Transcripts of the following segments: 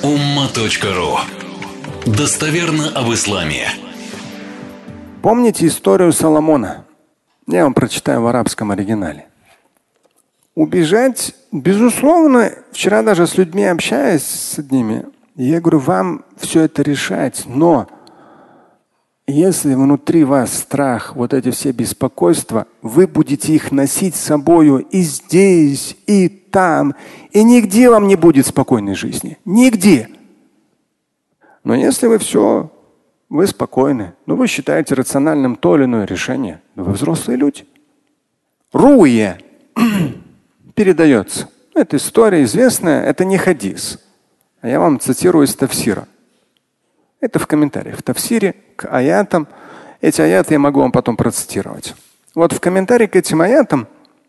umma.ru. Достоверно об исламе. Помните историю Соломона? Я вам прочитаю в арабском оригинале. Убежать, безусловно, вчера даже с людьми общаясь с одними, я говорю, вам все это решать, но если внутри вас страх, вот эти все беспокойства, вы будете их носить с собою и здесь, и там, и нигде вам не будет спокойной жизни. Нигде. Но если вы спокойны, вы считаете рациональным то или иное решение, вы взрослые люди. Руя передается. Это история известная, это не хадис. А я вам цитирую из тафсира. Это в комментариях. В тафсире к аятам. Эти аяты я могу вам потом процитировать. Вот в комментарии к этим аятам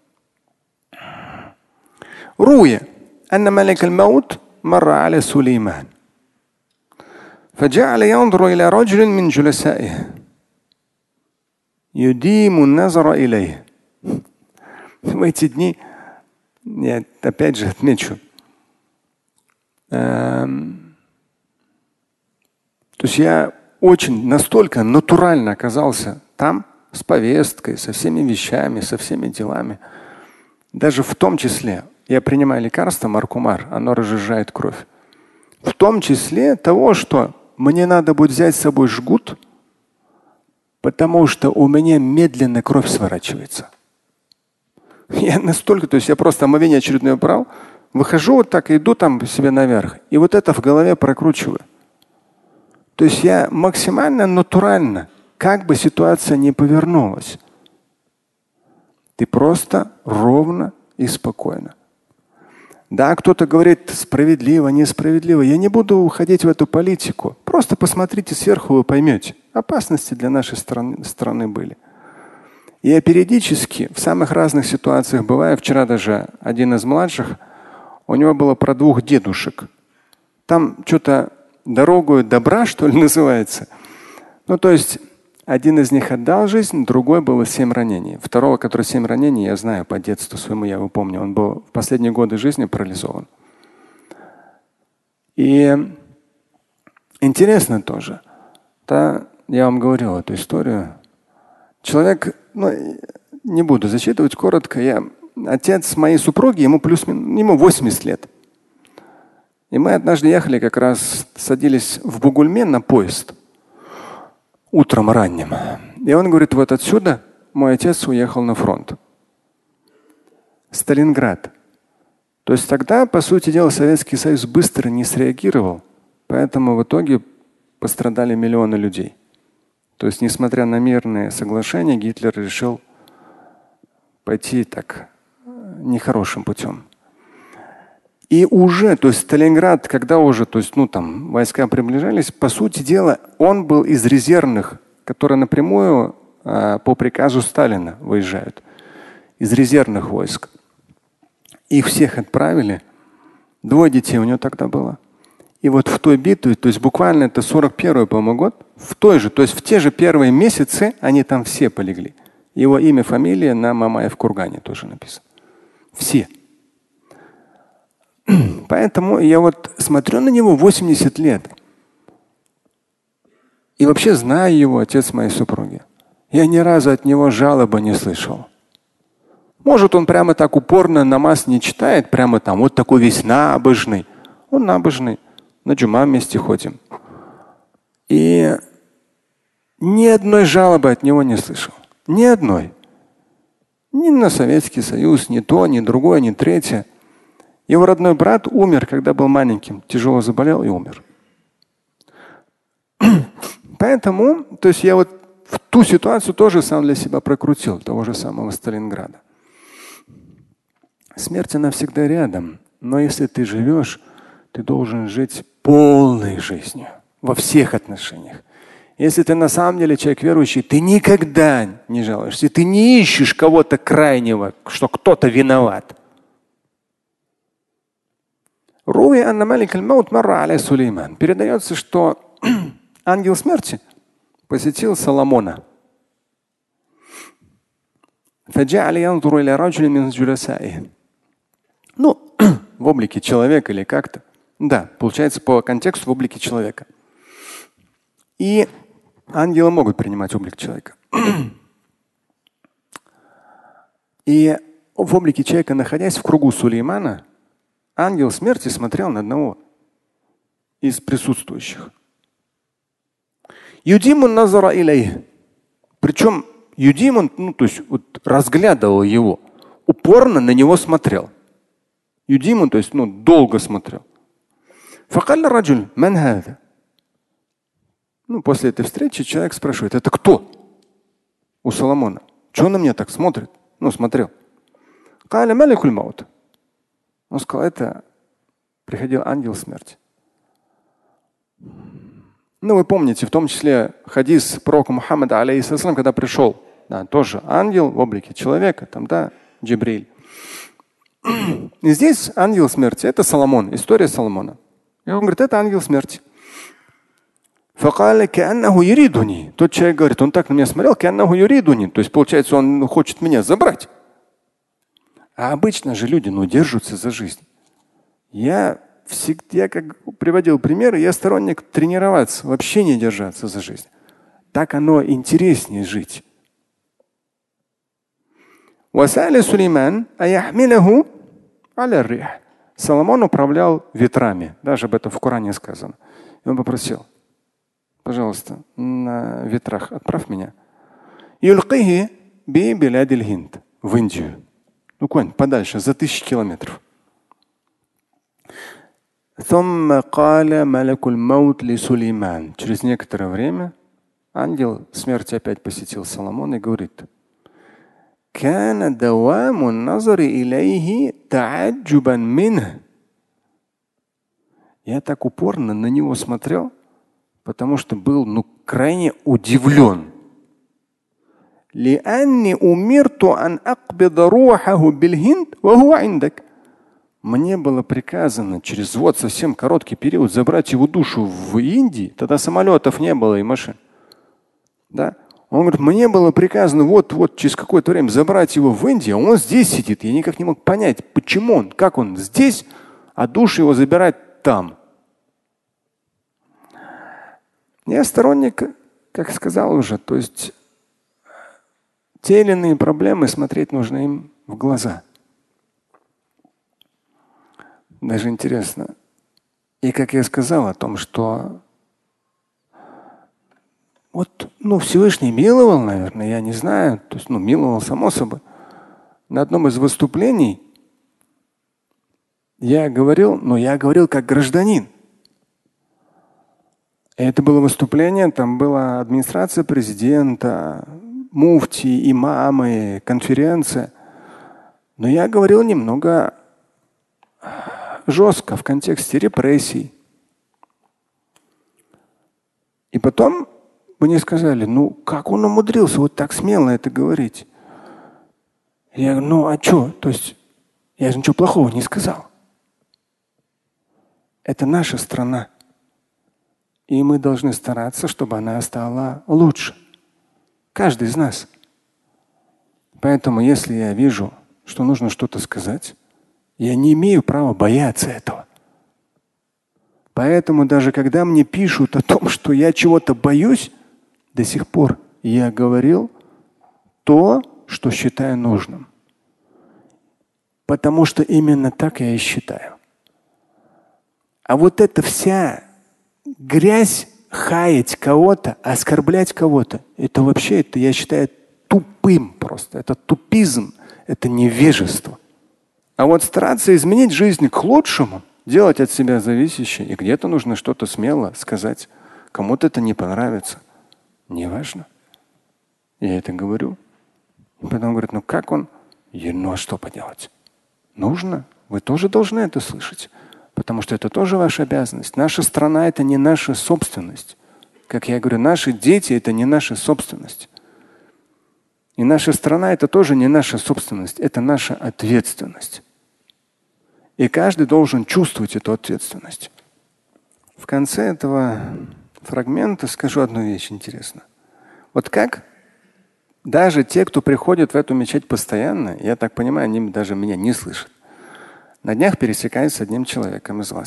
руя анна малик аль-маут марра аля Сулейман. فجعل ينظر إلى رجل من جلسائه يديم النظر إليه. В эти дни, я опять же отмечу, то есть я настолько натурально оказался там с повесткой, со всеми вещами, со всеми делами. Даже в том числе я принимаю лекарство Маркумар, оно разжижает кровь. В том числе того, что мне надо будет взять с собой жгут, потому что у меня медленно кровь сворачивается. Я настолько, то есть я просто омовение очередное брал, выхожу вот так, иду там себе наверх, и вот это в голове прокручиваю. То есть я максимально натурально, как бы ситуация ни повернулась, ты просто ровно и спокойно. Да, кто-то говорит справедливо, несправедливо. Я не буду уходить в эту политику. Просто посмотрите сверху, вы поймете. Опасности для нашей страны были. Я периодически в самых разных ситуациях бываю. Вчера даже один из младших, у него было про 2 дедушек. Там что-то дорогою добра, что ли, называется. То есть один из них отдал жизнь, другой было 7 ранений. Второго, который 7 ранений, я знаю по детству своему, я его помню. Он был в последние годы жизни парализован. И интересно тоже. Я вам говорил эту историю. Человек, не буду зачитывать коротко, отец моей супруги, ему 80 лет. И мы однажды ехали, как раз садились в Бугульме на поезд. Утром ранним. И он говорит, вот отсюда мой отец уехал на фронт. Сталинград. То есть тогда, по сути дела, Советский Союз быстро не среагировал, поэтому в итоге пострадали миллионы людей. То есть, несмотря на мирные соглашения, Гитлер решил пойти так нехорошим путем. И уже, то есть Сталинград, когда уже, войска приближались, по сути дела, он был из резервных, которые напрямую по приказу Сталина выезжают, из резервных войск. Их всех отправили. 2 детей у него тогда было. И вот в той битве, то есть буквально это 41-й, по-моему, год, то есть в те же первые месяцы они там все полегли. Его имя, фамилия на Мамаев кургане тоже написано. Все. Поэтому я смотрю на него 80 лет. И вообще знаю его, отец моей супруги. Я ни разу от него жалобы не слышал. Может, он прямо так упорно намаз не читает, прямо там, вот такой весь набожный. Он набожный. На джума вместе ходим. И ни одной жалобы от него не слышал. Ни одной. Ни на Советский Союз, ни то, ни другое, ни третье. Его родной брат умер, когда был маленьким, тяжело заболел и умер. Поэтому, то есть я в ту ситуацию тоже сам для себя прокрутил, того же самого Сталинграда. Смерть, она всегда рядом, но если ты живешь, ты должен жить полной жизнью во всех отношениях. Если ты на самом деле человек верующий, ты никогда не жалуешься, ты не ищешь кого-то крайнего, что кто-то виноват. Передается, что ангел смерти посетил Соломона. В облике человека или как-то. Да, получается по контексту в облике человека. И ангелы могут принимать облик человека. И в облике человека, находясь в кругу Сулеймана, ангел смерти смотрел на одного из присутствующих. Юдимун назара илейх. Причем Юдимун, то есть вот разглядывал его, упорно на него смотрел. Юдимун, то есть долго смотрел. Факалля раджуль ман хада. После этой встречи человек спрашивает: это кто? У Соломона. Чего он на меня так смотрит? Смотрел. Каля маликуль маут. Он сказал: это приходил ангел смерти. Вы помните, в том числе хадис пророка Мухаммада, алейхиссалам, когда пришел, тоже ангел в облике человека, Джибриль. И здесь ангел смерти, это Соломон, история Соломона. И он говорит: это ангел смерти. Тот человек говорит: он так на меня смотрел, то есть получается, он хочет меня забрать. А обычно же люди держатся за жизнь. Я как приводил примеры, я сторонник тренироваться, вообще не держаться за жизнь. Так оно интереснее жить. Соломон управлял ветрами, даже об этом в Коране сказано. И он попросил: пожалуйста, на ветрах отправь меня. В Индию. Подальше, за 1000 километров. Через некоторое время ангел смерти опять посетил Соломона и говорит: я так упорно на него смотрел, потому что был крайне удивлен. Мне было приказано через совсем короткий период забрать его душу в Индии. Тогда самолетов не было и машин. Да? Он говорит: мне было приказано через какое-то время забрать его в Индию, а он здесь сидит. Я никак не мог понять, почему как он здесь, а душу его забирать там. Я сторонник, как сказал уже, то есть те или иные проблемы смотреть нужно им в глаза. Даже интересно. И как я сказал о том, что Всевышний миловал, наверное, я не знаю, то есть миловал само собой. На одном из выступлений я говорил как гражданин. И это было выступление, там была администрация президента, муфти, имамы, конференция. Но я говорил немного жестко в контексте репрессий. И потом мне сказали: как он умудрился вот так смело это говорить? Я говорю: а что? То есть я же ничего плохого не сказал. Это наша страна. И мы должны стараться, чтобы она стала лучше. Каждый из нас. Поэтому, если я вижу, что нужно что-то сказать, я не имею права бояться этого. Поэтому даже когда мне пишут о том, что я чего-то боюсь, до сих пор я говорил то, что считаю нужным. Потому что именно так я и считаю. А вот эта вся грязь, хаять кого-то, оскорблять кого-то, это вообще, я считаю тупым просто. Это тупизм, это невежество. А вот стараться изменить жизнь к лучшему, делать от себя зависящее, и где-то нужно что-то смело сказать. Кому-то это не понравится. Неважно. Я это говорю. И потом говорят: как он? А что поделать? Нужно. Вы тоже должны это слышать. Потому что это тоже ваша обязанность. Наша страна – это не наша собственность. Как я говорю, наши дети – это не наша собственность. И наша страна – это тоже не наша собственность, это наша ответственность. И каждый должен чувствовать эту ответственность. В конце этого фрагмента скажу одну вещь интересную. Вот как даже те, кто приходит в эту мечеть постоянно, я так понимаю, они даже меня не слышат. На днях пересекаюсь с одним человеком из вас.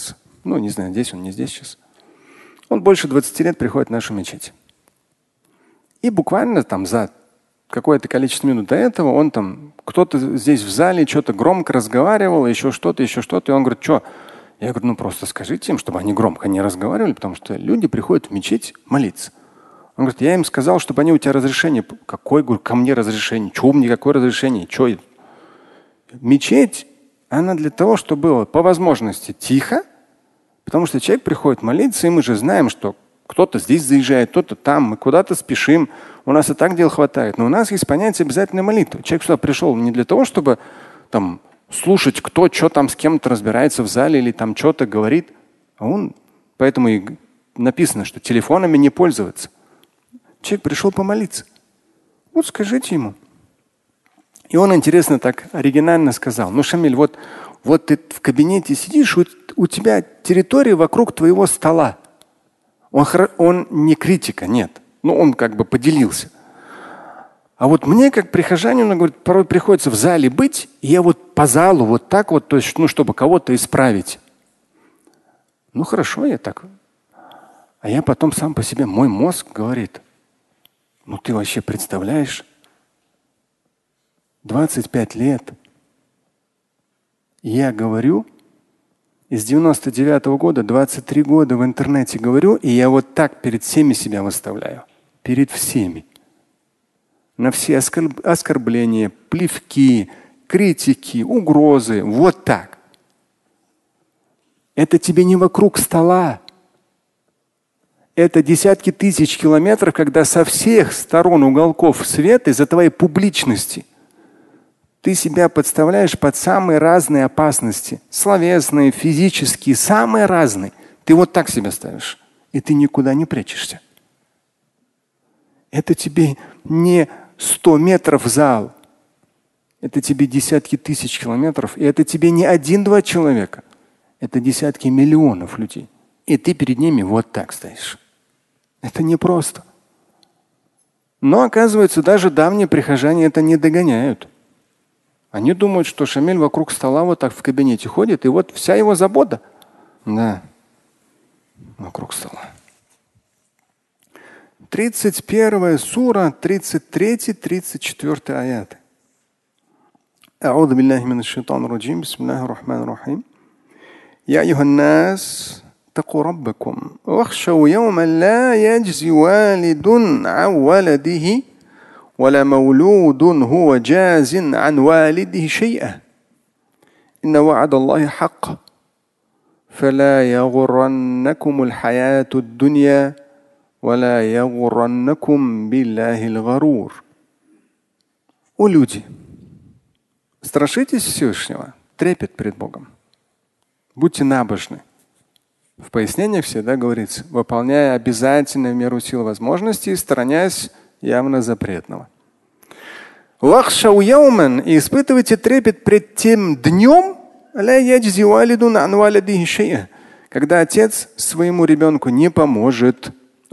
Ну, не знаю, здесь он, не здесь сейчас. Он больше 20 лет приходит в нашу мечеть. И буквально там за какое-то количество минут до этого он там, кто-то здесь в зале что-то громко разговаривал, еще что-то. И он говорит, что? Я говорю, ну просто скажите им, чтобы они громко не разговаривали, потому что люди приходят в мечеть молиться. Он говорит, я им сказал, чтобы они у тебя разрешение. Какое? Говорю, ко мне разрешение. Чего мне какое разрешение? Что? Мечеть, она для того, чтобы было по возможности тихо, потому что человек приходит молиться, и мы же знаем, что кто-то здесь заезжает, кто-то там, мы куда-то спешим, у нас и так дел хватает. Но у нас есть понятие обязательной молитвы. Человек сюда пришел не для того, чтобы там слушать, кто что там с кем-то разбирается в зале или там что-то говорит, а он, поэтому и написано, что телефонами не пользоваться. Человек пришел помолиться. Вот скажите ему. И он, интересно, так оригинально сказал. Ну, Шамиль, вот ты в кабинете сидишь, у тебя территория вокруг твоего стола. Он не критика, нет. Ну, он как бы поделился. А вот мне, как прихожанину, говорит, порой приходится в зале быть, и я вот по залу вот так вот, то есть, ну, чтобы кого-то исправить. Ну, хорошо, я так. А я потом сам по себе, мой мозг говорит, ну, ты вообще представляешь? 25 лет. Я говорю, из 99-го года 23 года в интернете говорю, и я вот так перед всеми себя выставляю. Перед всеми. На все оскорбления, плевки, критики, угрозы. Вот так. Это тебе не вокруг стола. Это десятки тысяч километров, когда со всех сторон уголков света из-за твоей публичности ты себя подставляешь под самые разные опасности. Словесные, физические, самые разные. Ты вот так себя ставишь. И ты никуда не прячешься. Это тебе не 100 метров в зал. Это тебе десятки тысяч километров. И это тебе не 1-2 человека. Это десятки миллионов людей. И ты перед ними вот так стоишь. Это непросто. Но оказывается, даже давние прихожане это не догоняют. Они думают, что Шамиль вокруг стола вот так в кабинете ходит, и вот вся его забота. Да, вокруг стола. 31 сура, 33-34 аяты. أعوذ بالله من الشيطان الرجيم بسم الله الرحمن الرحيم يا أيها الناس اتقوا ربكم واخشوا يوما لا يجزي والد عن ولده ولا مولود هو جاز عن والده شيئا إن وعد الله حق فلا يغرنكم الحياة الدنيا ولا يغرنكم بالله الغرور. О люди, страшитесь Всевышнего, трепет пред Богом. Будьте набожны. В пояснениях всегда говорится, выполняя обязательно в меру сил возможностей, сторонясь явно запретного. Вахшау яуман, и испытывайте трепет пред тем днем, когда отец своему ребенку не поможет. И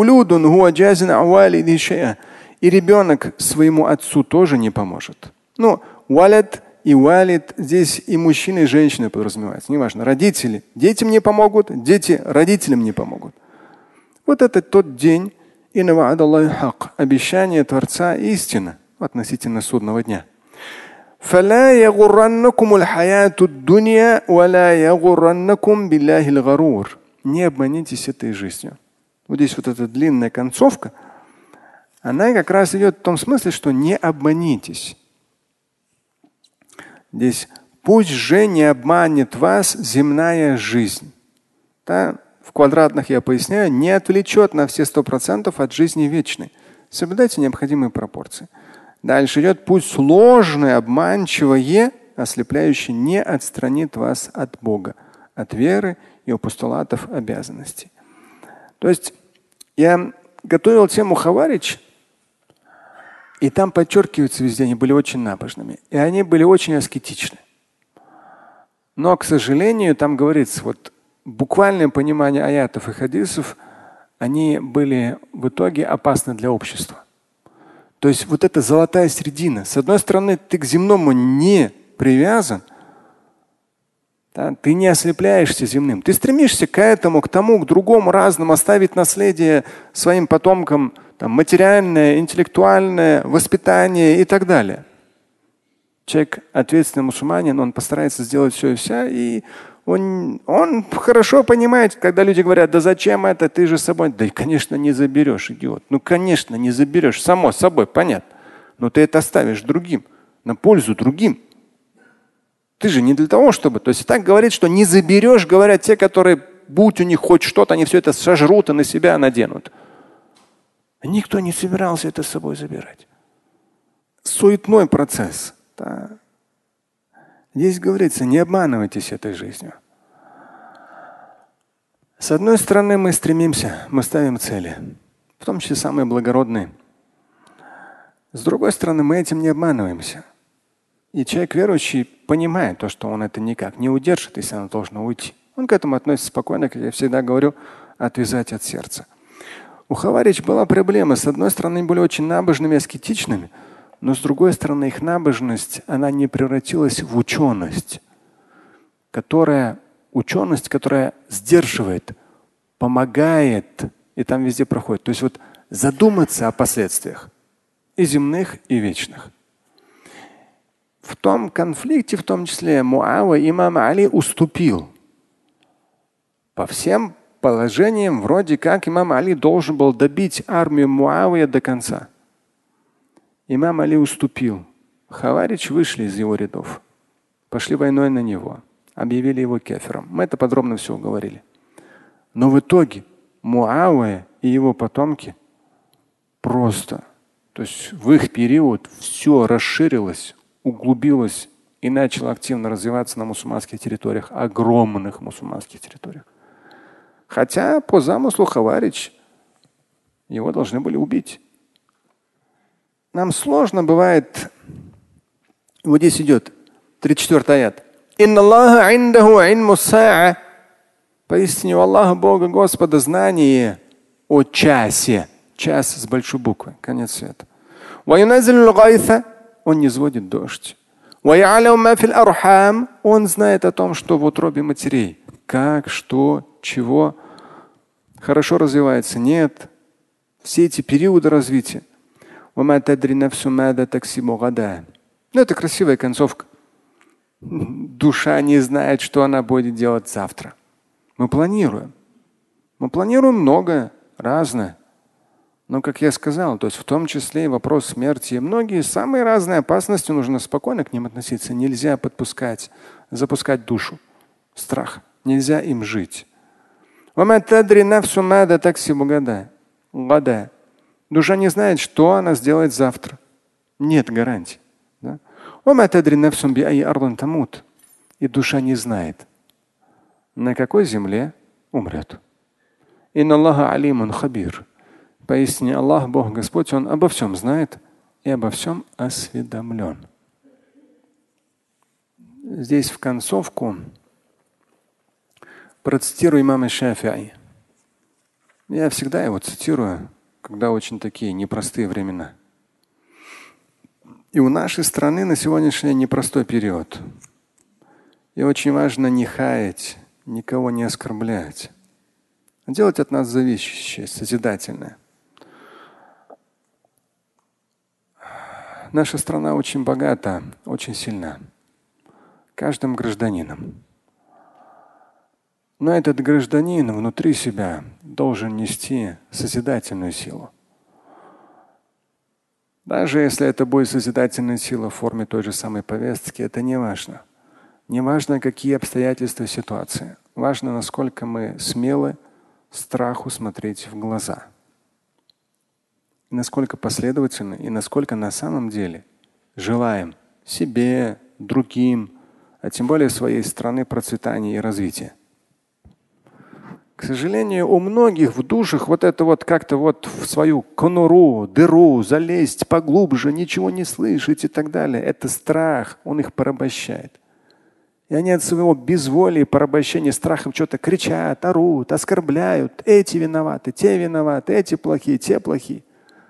ребенок своему отцу тоже не поможет. Ну, валид и валид здесь и мужчины, и женщины подразумеваются. Неважно. Родители детям не помогут, дети родителям не помогут. Вот это тот день, обещание Творца истина относительно судного дня. Не обманитесь этой жизнью. Вот здесь вот эта длинная концовка, она как раз идет в том смысле, что не обманитесь. Здесь пусть же не обманет вас земная жизнь. Да? В квадратных я поясняю, не отвлечет на все 100% от жизни вечной. Соблюдайте необходимые пропорции. Дальше идет, пусть ложное, обманчивое, ослепляющее не отстранит вас от Бога, от веры и постулатов обязанностей. То есть я готовил тему Хаваридж, и там подчеркивается везде, они были очень набожными. И они были очень аскетичны. Но, к сожалению, там говорится, вот буквальное понимание аятов и хадисов, они были в итоге опасны для общества. То есть вот эта золотая середина. С одной стороны, ты к земному не привязан, Да? Ты не ослепляешься земным. Ты стремишься к этому, к тому, к другому, разному, оставить наследие своим потомкам, там, материальное, интеллектуальное, воспитание и так далее. Человек, ответственный мусульманин, он постарается сделать все и вся, и он хорошо понимает, когда люди говорят: да зачем это, ты же с собой. Да, конечно, не заберешь, идиот. Ну, конечно, не заберешь, само собой, понятно. Но ты это оставишь другим, на пользу другим. Ты же не для того, чтобы… То есть так говорит, что не заберешь, говорят те, которые, будь у них хоть что-то, они все это сожрут и на себя наденут. Никто не собирался это с собой забирать. Суетной процесс. Да. Здесь говорится: не обманывайтесь этой жизнью. С одной стороны, мы стремимся, мы ставим цели, в том числе самые благородные. С другой стороны, мы этим не обманываемся. И человек верующий понимает то, что он это никак не удержит, если оно должно уйти. Он к этому относится спокойно, как я всегда говорю, отвязать от сердца. У хаваридж была проблема. С одной стороны, они были очень набожными, аскетичными, но с другой стороны, их набожность, она не превратилась в ученость, которая сдерживает, помогает, и там везде проходит. То есть вот задуматься о последствиях и земных, и вечных. В том конфликте, в том числе, Муавия, имам Али уступил. По всем положениям, вроде как имам Али должен был добить армию Муавия до конца. Имам Али уступил. Хаваридж вышли из его рядов, пошли войной на него, объявили его кефером. Мы это подробно все говорили. Но в итоге Муавия и его потомки просто, то есть в их период все расширилось, углубилось и начало активно развиваться на мусульманских территориях, огромных мусульманских территориях. Хотя по замыслу хаваридж его должны были убить. Нам сложно бывает. Вот здесь идет 34-й аят. Инна Аллаха индаху илму саа. Поистине у Аллаха Бога Господа знание о часе. Час с большой буквы. Конец света. Он не сводит дождь. Он знает о том, что в утробе матерей. Как, что, чего. Хорошо развивается, нет. Все эти периоды развития. Ну, это красивая концовка. Душа не знает, что она будет делать завтра. Мы планируем. Мы планируем многое, разное. Но, как я сказал, то есть в том числе и вопрос смерти. Многие самые разные опасности, нужно спокойно к ним относиться. Нельзя запускать душу. Страх. Нельзя им жить. Душа не знает, что она сделает завтра. Нет гарантии. Да? И душа не знает, на какой земле умрет. Инна Аллаха алимун хабир. Поистине Аллах, Бог Господь, Он обо всем знает и обо всем осведомлен. Здесь в концовку процитирую имама Шафи'и. Я всегда его цитирую, когда очень такие непростые времена. И у нашей страны на сегодняшний день непростой период. И очень важно не хаять, никого не оскорблять, а делать от нас зависящее, созидательное. Наша страна очень богата, очень сильна. Каждым гражданином. Но этот гражданин внутри себя должен нести созидательную силу. Даже если это будет созидательная сила в форме той же самой повестки, это не важно. Не важно, какие обстоятельства ситуации. Важно, насколько мы смелы страху смотреть в глаза. И насколько последовательны, и насколько на самом деле желаем себе, другим, а тем более своей страны процветания и развития. К сожалению, у многих в душах вот это вот как-то вот в свою конуру, дыру залезть поглубже, ничего не слышать и так далее. Это страх, он их порабощает. И они от своего безволия, порабощения страхом что-то кричат, орут, оскорбляют. Эти виноваты, те виноваты, эти плохие, те плохие.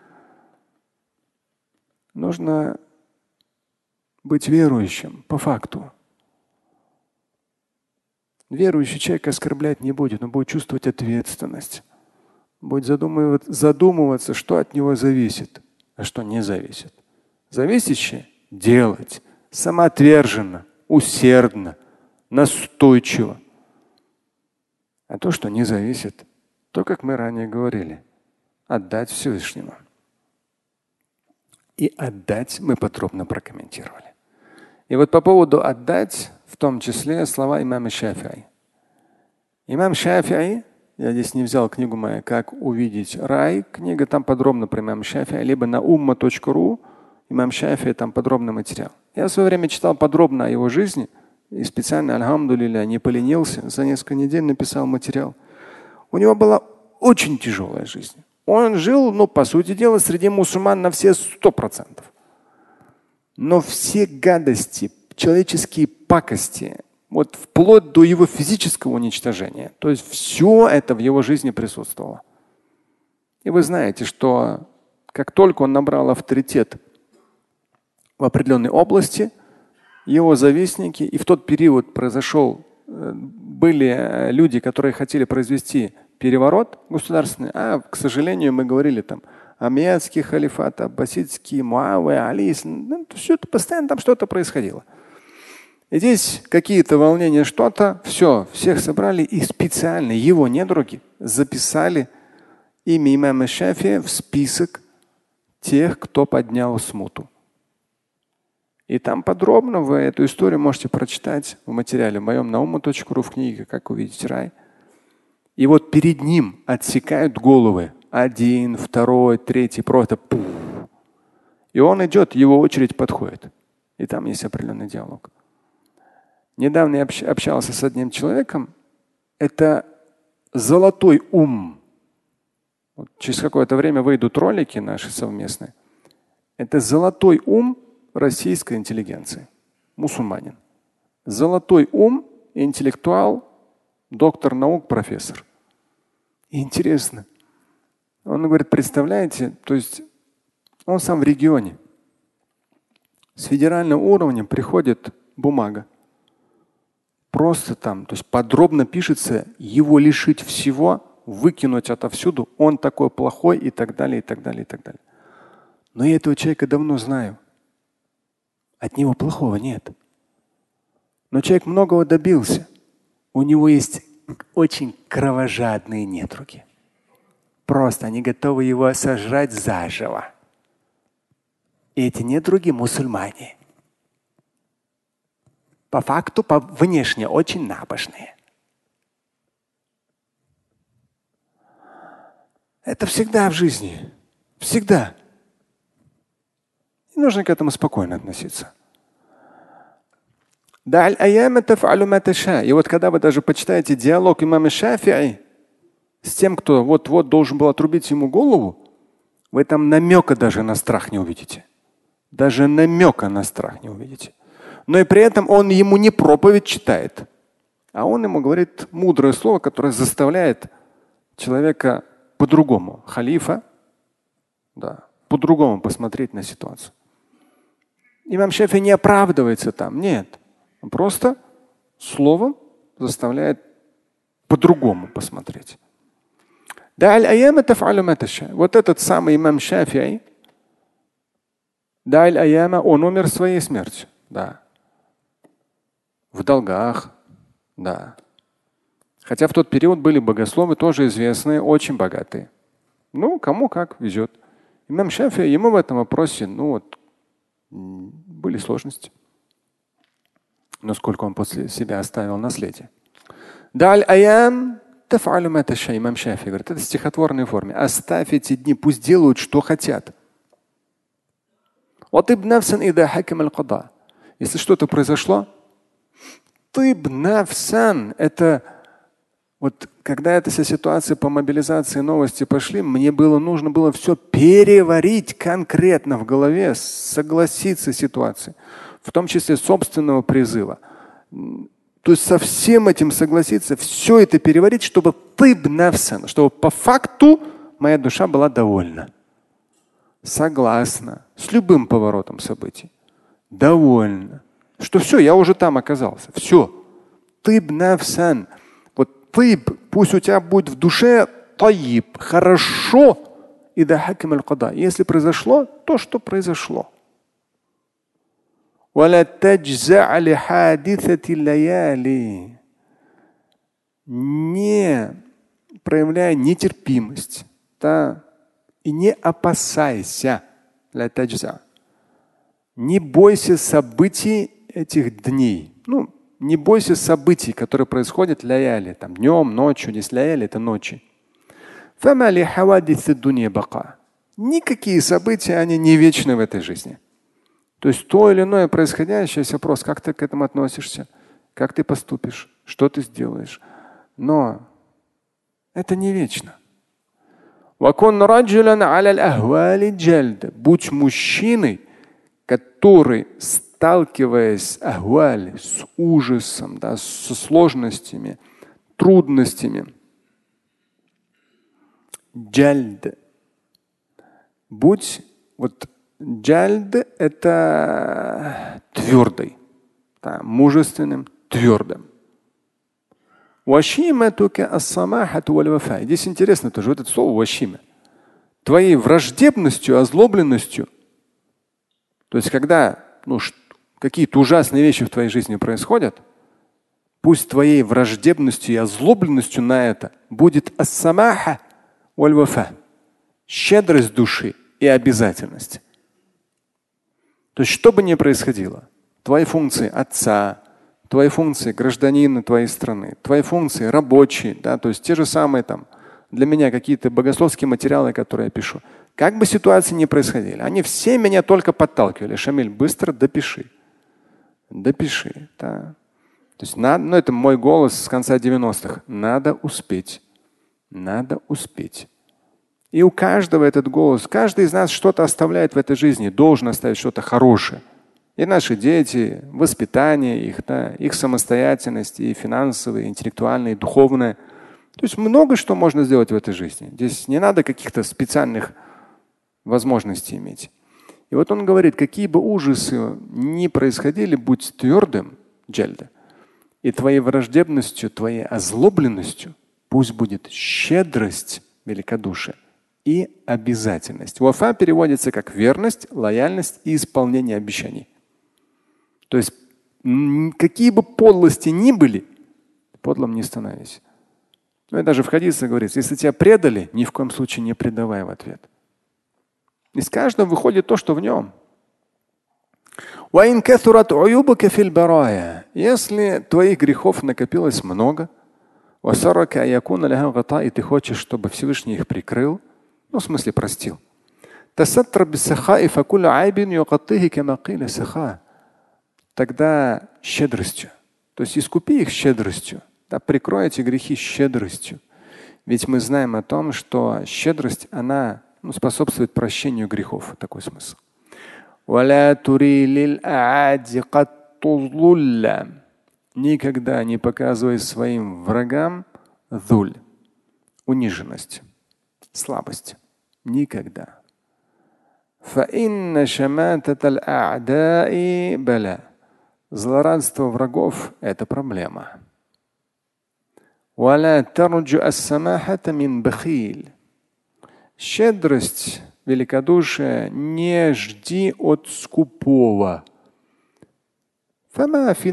Нужно быть верующим по факту. Верующий человек оскорблять не будет, он будет чувствовать ответственность. Будет задумываться, что от него зависит, а что не зависит. Зависящее – делать самоотверженно, усердно, настойчиво. А то, что не зависит, то, как мы ранее говорили, отдать Всевышнему. И отдать мы подробно прокомментировали. И вот по поводу отдать, в том числе слова имама Шафи'и. Имам Шафи'и, я здесь не взял книгу мою «Как увидеть рай». Книга там подробно про имама Шафи'и, либо на umma.ru. Имам Шафи'и, там подробный материал. Я в свое время читал подробно о его жизни и специально, альхамдулилля, не поленился. За несколько недель написал материал. У него была очень тяжелая жизнь. Он жил, по сути дела, среди мусульман на все 100%. Но все гадости, человеческие пакости, вот вплоть до его физического уничтожения, то есть все это в его жизни присутствовало. И вы знаете, что как только он набрал авторитет в определенной области, его завистники, и в тот период были люди, которые хотели произвести переворот государственный, а, к сожалению, мы говорили там Омейядский халифат, Аббасидский, Муавия, Али, все это постоянно там что-то происходило. И здесь какие-то волнения, что-то, всех собрали и специально его недруги записали имя имама Шафии в список тех, кто поднял смуту. И там подробно вы эту историю можете прочитать в материале моем на umma.ru в книге «Как увидеть рай». И вот перед ним отсекают головы. Один, второй, третий, просто пуф. И он идет, его очередь подходит. И там есть определенный диалог. Недавно я общался с одним человеком. Это золотой ум. Вот через какое-то время выйдут ролики наши совместные. Это золотой ум российской интеллигенции. Мусульманин. Золотой ум, интеллектуал, доктор наук, профессор. И интересно. Он говорит, представляете, то есть он сам в регионе. С федерального уровня приходит бумага. Просто там, то есть подробно пишется, его лишить всего, выкинуть отовсюду, он такой плохой и так далее, и так далее, и так далее. Но я этого человека давно знаю. От него плохого нет. Но человек многого добился. У него есть очень кровожадные недруги. Просто они готовы его сожрать заживо. И эти недруги мусульмане. По факту, внешне очень набожные. Это всегда в жизни. Всегда. И нужно к этому спокойно относиться. И вот когда вы даже почитаете диалог имама Шафи'и с тем, кто вот-вот должен был отрубить ему голову, вы там намека даже на страх не увидите. Даже намека на страх не увидите. Но и при этом он ему не проповедь читает, а он ему говорит мудрое слово, которое заставляет человека по-другому, халифа, по-другому посмотреть на ситуацию. Имам Шафи не оправдывается там, нет. Он просто словом заставляет по-другому посмотреть. Вот этот самый имам Шафи'и, он умер своей смертью. Да. В долгах. Да. Хотя в тот период были богословы тоже известные, очень богатые. Кому как везет. Имам Шафи'и, ему в этом вопросе, были сложности. Но сколько он после себя оставил наследие. Имам Шафи'и говорит, это в стихотворной форме. Оставь эти дни, пусть делают, что хотят. Если что-то произошло, это вот когда эта вся ситуация по мобилизации, новости пошли, мне нужно было все переварить конкретно в голове, согласиться с ситуацией, в том числе собственного призыва. То есть со всем этим согласиться, все это переварить, чтобы чтобы по факту моя душа была довольна. Согласна с любым поворотом событий. Довольна. Что все, я уже там оказался. Все. тиб нафсан. Вот тиб, пусть у тебя будет в душе таиб, хорошо. Ида хаким аль-када. Если произошло то, что произошло. ولا تجزع لحادثة الليالي. Не проявляя нетерпимость, да, и не опасайся. لا تجزع. Не бойся событий этих дней. Ну, не бойся событий, которые происходят ляяли, там днем, ночью. Здесь ляяли — это ночи. Никакие события, они не вечны в этой жизни. То есть то или иное происходящее, есть вопрос, как ты к этому относишься, как ты поступишь, что ты сделаешь. Но это не вечно. Будь мужчиной, который, сталкиваясь с ужасом, да, со сложностями, трудностями, джальд. Будь, вот джальд — это твердый, да, мужественным, твердым. Здесь интересно тоже вот это слово вашима. Твоей враждебностью, озлобленностью. То есть когда какие-то ужасные вещи в твоей жизни происходят, пусть твоей враждебностью и озлобленностью на это будет ас-самаха валь-вафа, щедрость души и обязательность. То есть что бы ни происходило, твои функции отца, твои функции гражданина твоей страны, твои функции рабочие, да, то есть те же самые там для меня какие-то богословские материалы, которые я пишу. Как бы ситуации ни происходили, они все меня только подталкивали. Шамиль, быстро допиши. Допиши. Да. То есть это мой голос с конца 90-х. Надо успеть. Надо успеть. И у каждого этот голос, каждый из нас что-то оставляет в этой жизни, должен оставить что-то хорошее. И наши дети, воспитание их, да, их самостоятельность, и финансовая, и интеллектуальная, и духовная. То есть много что можно сделать в этой жизни. Здесь не надо каких-то специальных возможностей иметь. И вот он говорит, какие бы ужасы ни происходили, будь твердым, джальда, и твоей враждебностью, твоей озлобленностью пусть будет щедрость, великодушие и обязательность. Вафа переводится как верность, лояльность и исполнение обещаний. То есть какие бы подлости ни были, подлым не становись. Ну и даже в хадисе говорится, если тебя предали, ни в коем случае не предавай в ответ. Из каждого выходит то, что в нем. Если твоих грехов накопилось много, и ты хочешь, чтобы Всевышний их прикрыл, ну, в смысле простил. Тогда щедростью. То есть искупи их щедростью. Да, прикрой эти грехи щедростью. Ведь мы знаем о том, что щедрость, она способствует прощению грехов. Такой смысл. Никогда не показывай своим врагам зуль, униженность, слабость. Никогда. Злорадство врагов – это проблема. Щедрость, великодушие не жди от скупого. В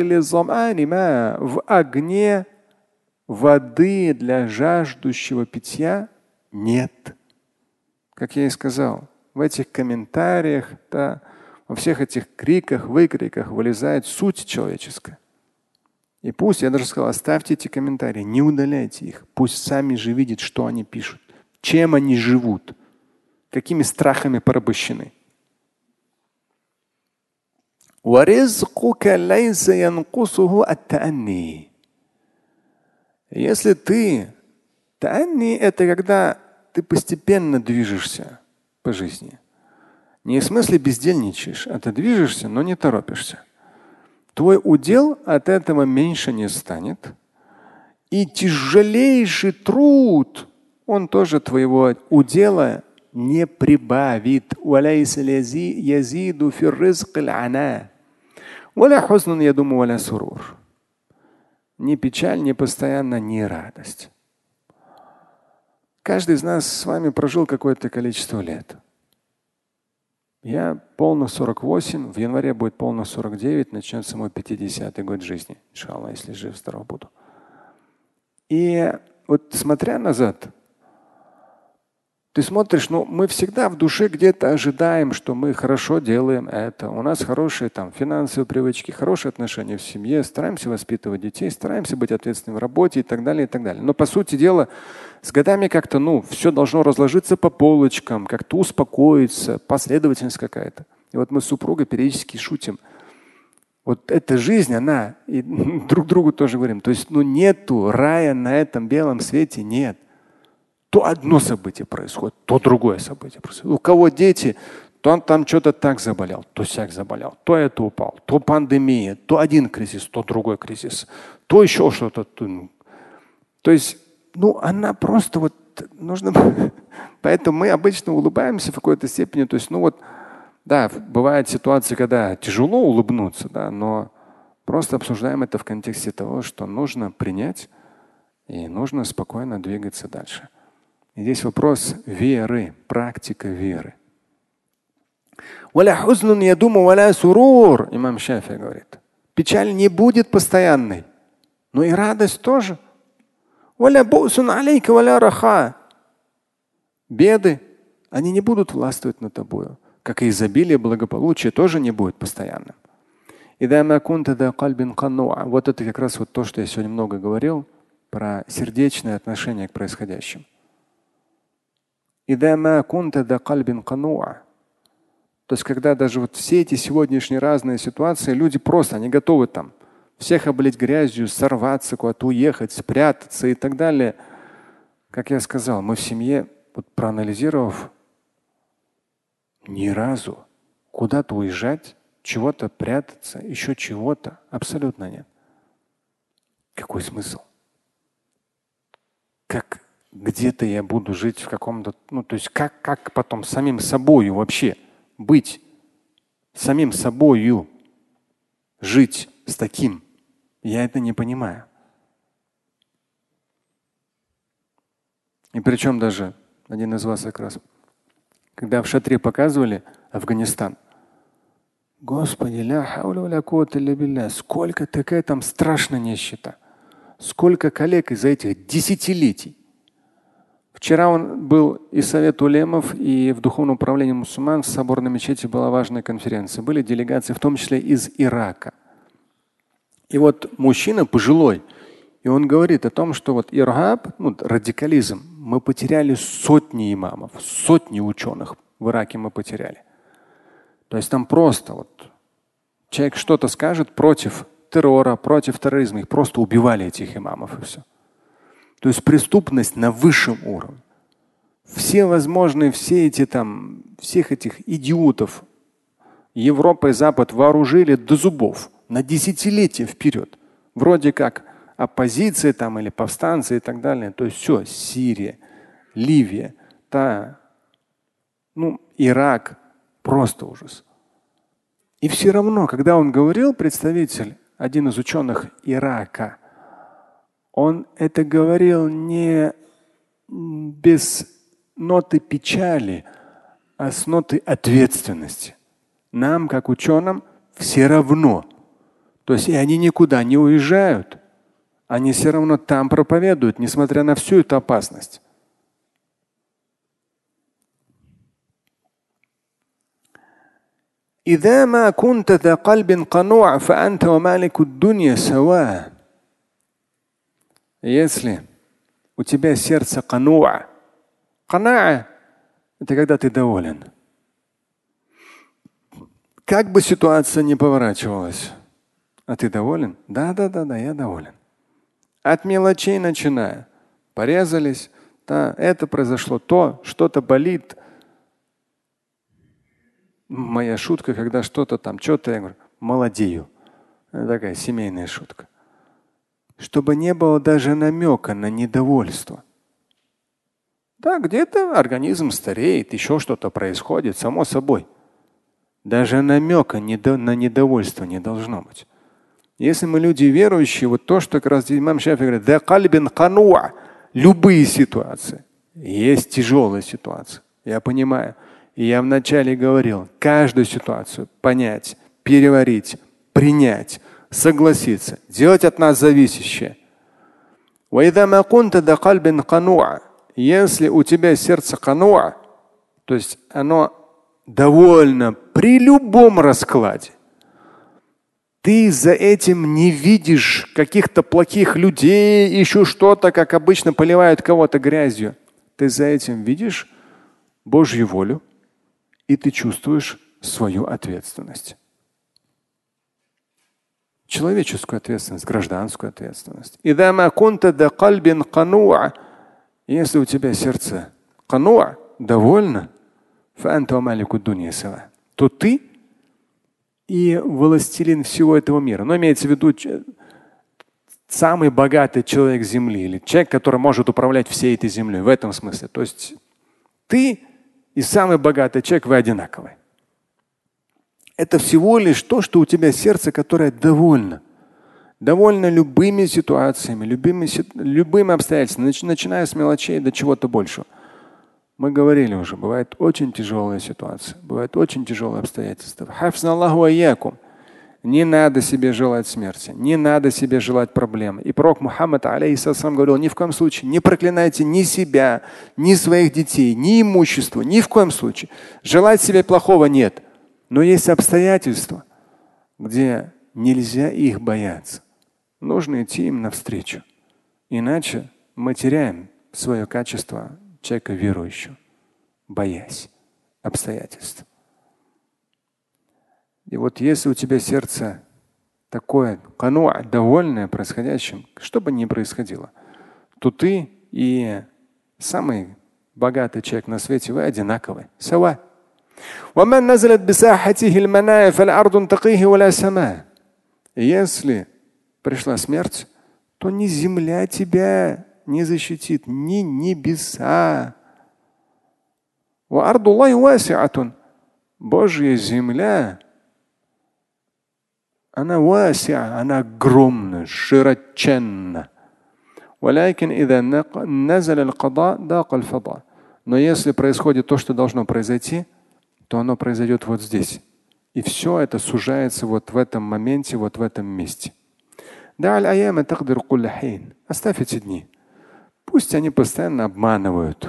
огне воды для жаждущего питья нет. Как я и сказал, в этих комментариях, да, во всех этих криках, выкриках вылезает суть человеческая. И пусть, я даже сказал, оставьте эти комментарии, не удаляйте их. Пусть сами же видят, что они пишут, чем они живут, какими страхами порабощены. Если ты, таанни — это когда ты постепенно движешься по жизни. Не в смысле бездельничаешь, а ты движешься, но не торопишься. Твой удел от этого меньше не станет. И тяжелейший труд, он тоже твоего удела не прибавит. Ни печаль, ни постоянно, ни радость. Каждый из нас с вами прожил какое-то количество лет. Я полно 48, в январе будет полно 49, начнется мой 50-й год жизни. Иншаллах, если жив, здоров буду. И вот смотря назад, ты смотришь, мы всегда в душе где-то ожидаем, что мы хорошо делаем это. У нас хорошие финансовые привычки, хорошие отношения в семье, стараемся воспитывать детей, стараемся быть ответственными в работе и так далее, и так далее. Но по сути дела, с годами как-то все должно разложиться по полочкам, как-то успокоиться, последовательность какая-то. И вот мы с супругой периодически шутим. Вот эта жизнь, она, и друг другу тоже говорим, то есть нету рая на этом белом свете, нет. То одно событие происходит, то другое событие происходит. У кого дети, то он там что-то так заболел, то сяк заболел, то это упал, то пандемия, то один кризис, то другой кризис, то еще что-то. То есть, она просто нужно. Поэтому мы обычно улыбаемся в какой-то степени. То есть, да, бывают ситуации, когда тяжело улыбнуться, да, но просто обсуждаем это в контексте того, что нужно принять и нужно спокойно двигаться дальше. И здесь вопрос веры, практика веры. Имам Шафи говорит, печаль не будет постоянной, но и радость тоже. Беды, они не будут властвовать над тобою, как и изобилие, благополучие тоже не будет постоянным. Вот это как раз то, что я сегодня много говорил про сердечное отношение к происходящему. То есть, когда даже все эти сегодняшние разные ситуации, люди просто, они готовы всех облить грязью, сорваться, куда-то уехать, спрятаться и так далее. Как я сказал, мы в семье, проанализировав, ни разу куда-то уезжать, чего-то прятаться, еще чего-то абсолютно нет. Какой смысл? Как где-то я буду жить в каком-то… то есть как потом самим собою вообще быть? Самим собою жить с таким? Я это не понимаю. И причем даже один из вас как раз, когда в шатре показывали Афганистан, Господи, сколько такая там страшная нищета, сколько коллег из-за этих десятилетий. Вчера он был и Совет улемов, и в Духовном управлении мусульман в соборной мечети была важная конференция. Были делегации, в том числе из Ирака. И мужчина пожилой, и он говорит о том, что ирхаб, радикализм, мы потеряли сотни имамов, сотни ученых в Ираке мы потеряли. То есть там просто человек что-то скажет против террора, против терроризма, их просто убивали этих имамов и все. То есть преступность на высшем уровне. Все возможные, всех этих идиотов Европа и Запад вооружили до зубов на десятилетия вперед. Вроде как оппозиция или повстанцы и так далее. То есть все, Сирия, Ливия, Ирак, просто ужас. И все равно, когда он говорил, представитель, один из ученых Ирака, он это говорил не без ноты печали, а с нотой ответственности. Нам, как ученым, все равно. То есть и они никуда не уезжают. Они все равно там проповедуют, несмотря на всю эту опасность. إذا ما كنت ذا قلب قنوع فأنت ومالك الدنيا سواء. Если у тебя сердце кануа, канаа – это когда ты доволен. Как бы ситуация ни поворачивалась, а ты доволен? Да, я доволен. От мелочей начиная. Порезались, это произошло, что-то болит. Моя шутка, когда что-то я говорю, молодею. Это такая семейная шутка. Чтобы не было даже намека на недовольство. Да, где-то организм стареет, еще что-то происходит, само собой. Даже намека на недовольство не должно быть. Если мы люди верующие, вот то, что как раз имам Шафи говорит, «Да кальбин кануа», любые ситуации. Есть тяжелые ситуации. Я понимаю. И я вначале говорил, каждую ситуацию понять, переварить, принять, согласиться, делать от нас зависящее. Если у тебя сердце кануа, то есть оно довольно при любом раскладе, ты за этим не видишь каких-то плохих людей, еще что-то, как обычно поливают кого-то грязью. Ты за этим видишь Божью волю, и ты чувствуешь свою ответственность. Человеческую ответственность, гражданскую ответственность. Если у тебя сердце кануа, довольно, то ты и властелин всего этого мира. Но имеется в виду самый богатый человек земли или человек, который может управлять всей этой землей. В этом смысле. То есть ты и самый богатый человек, вы одинаковы. Это всего лишь то, что у тебя сердце, которое довольно. Довольно любыми ситуациями, любыми обстоятельствами, начиная с мелочей до чего-то большего. Мы говорили уже, бывает очень тяжелая ситуация, бывают очень тяжелые обстоятельства. Не надо себе желать смерти, не надо себе желать проблем. И пророк Мухаммад алейхиссалам говорил, ни в коем случае не проклинайте ни себя, ни своих детей, ни имущество, ни в коем случае. Желать себе плохого нет. Но есть обстоятельства, где нельзя их бояться. Нужно идти им навстречу. Иначе мы теряем свое качество человека верующего, боясь обстоятельств. И вот если у тебя сердце такое кануа, довольное происходящим, что бы ни происходило, то ты и самый богатый человек на свете, вы одинаковы. Сава. Если пришла смерть, то ни земля тебя не защитит, ни небеса. Божья земля, она васиа, она огромна, широченна. Но если происходит то, что должно произойти, то оно произойдет вот здесь. И все это сужается вот в этом моменте, вот в этом месте. Оставь эти дни. Пусть они постоянно обманывают.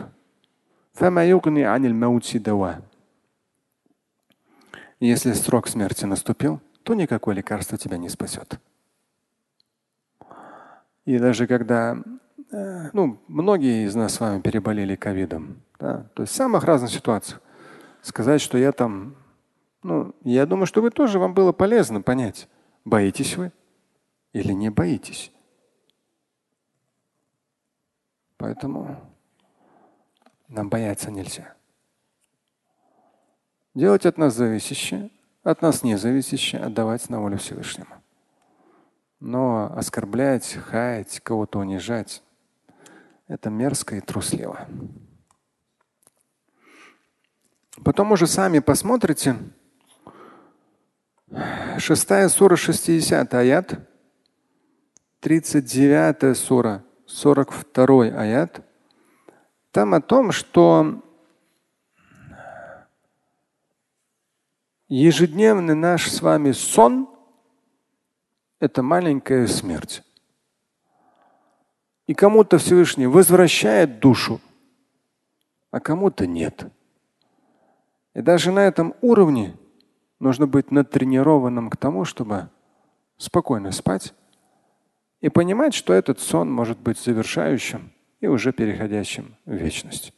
Если срок смерти наступил, то никакое лекарство тебя не спасет. И даже когда многие из нас с вами переболели ковидом, да, то есть в самых разных ситуациях, сказать, что я там, я думаю, что вам было полезно понять, боитесь вы или не боитесь. Поэтому нам бояться нельзя. Делать от нас зависящее, от нас независящее, отдавать на волю Всевышнему. Но оскорблять, хаять, кого-то унижать – это мерзко и трусливо. Потом уже сами посмотрите. 6 сура, 60 аят, 39 сура, 42 аят. Там о том, что ежедневный наш с вами сон – это маленькая смерть. И кому-то Всевышний возвращает душу, а кому-то нет. И даже на этом уровне нужно быть натренированным к тому, чтобы спокойно спать и понимать, что этот сон может быть завершающим и уже переходящим в вечность.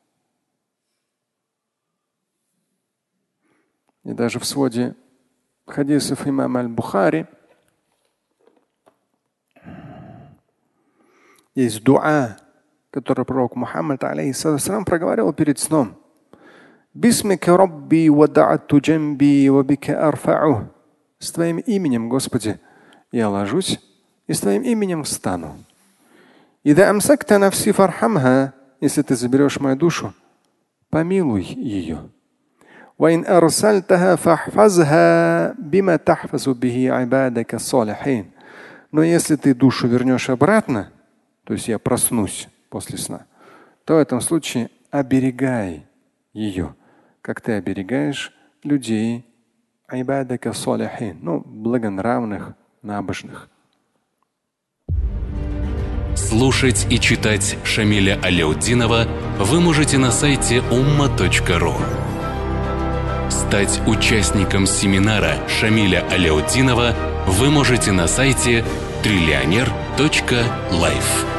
И даже в своде хадисов имама Аль-Бухари есть дуа, который пророк Мухаммад алейхиссалам проговаривал перед сном. Бисмика Рабби вадa'ату джамби ва бика арфа'у. С твоим именем, Господи, я ложусь и с твоим именем встану. Ида амсакта нафси фархамха, если ты заберешь мою душу, помилуй ее. وإن أرسلتها فاحفظها بما تحفظ به عبادك الصالحين. Но если ты душу вернешь обратно, то есть я проснусь после сна, то в этом случае оберегай ее, как ты оберегаешь людей, айбадака салихин, благонравных, набожных. Слушать и читать Шамиля Аляутдинова вы можете на сайте umma.ru. Стать участником семинара Шамиля Аляутдинова вы можете на сайте trillioner.life.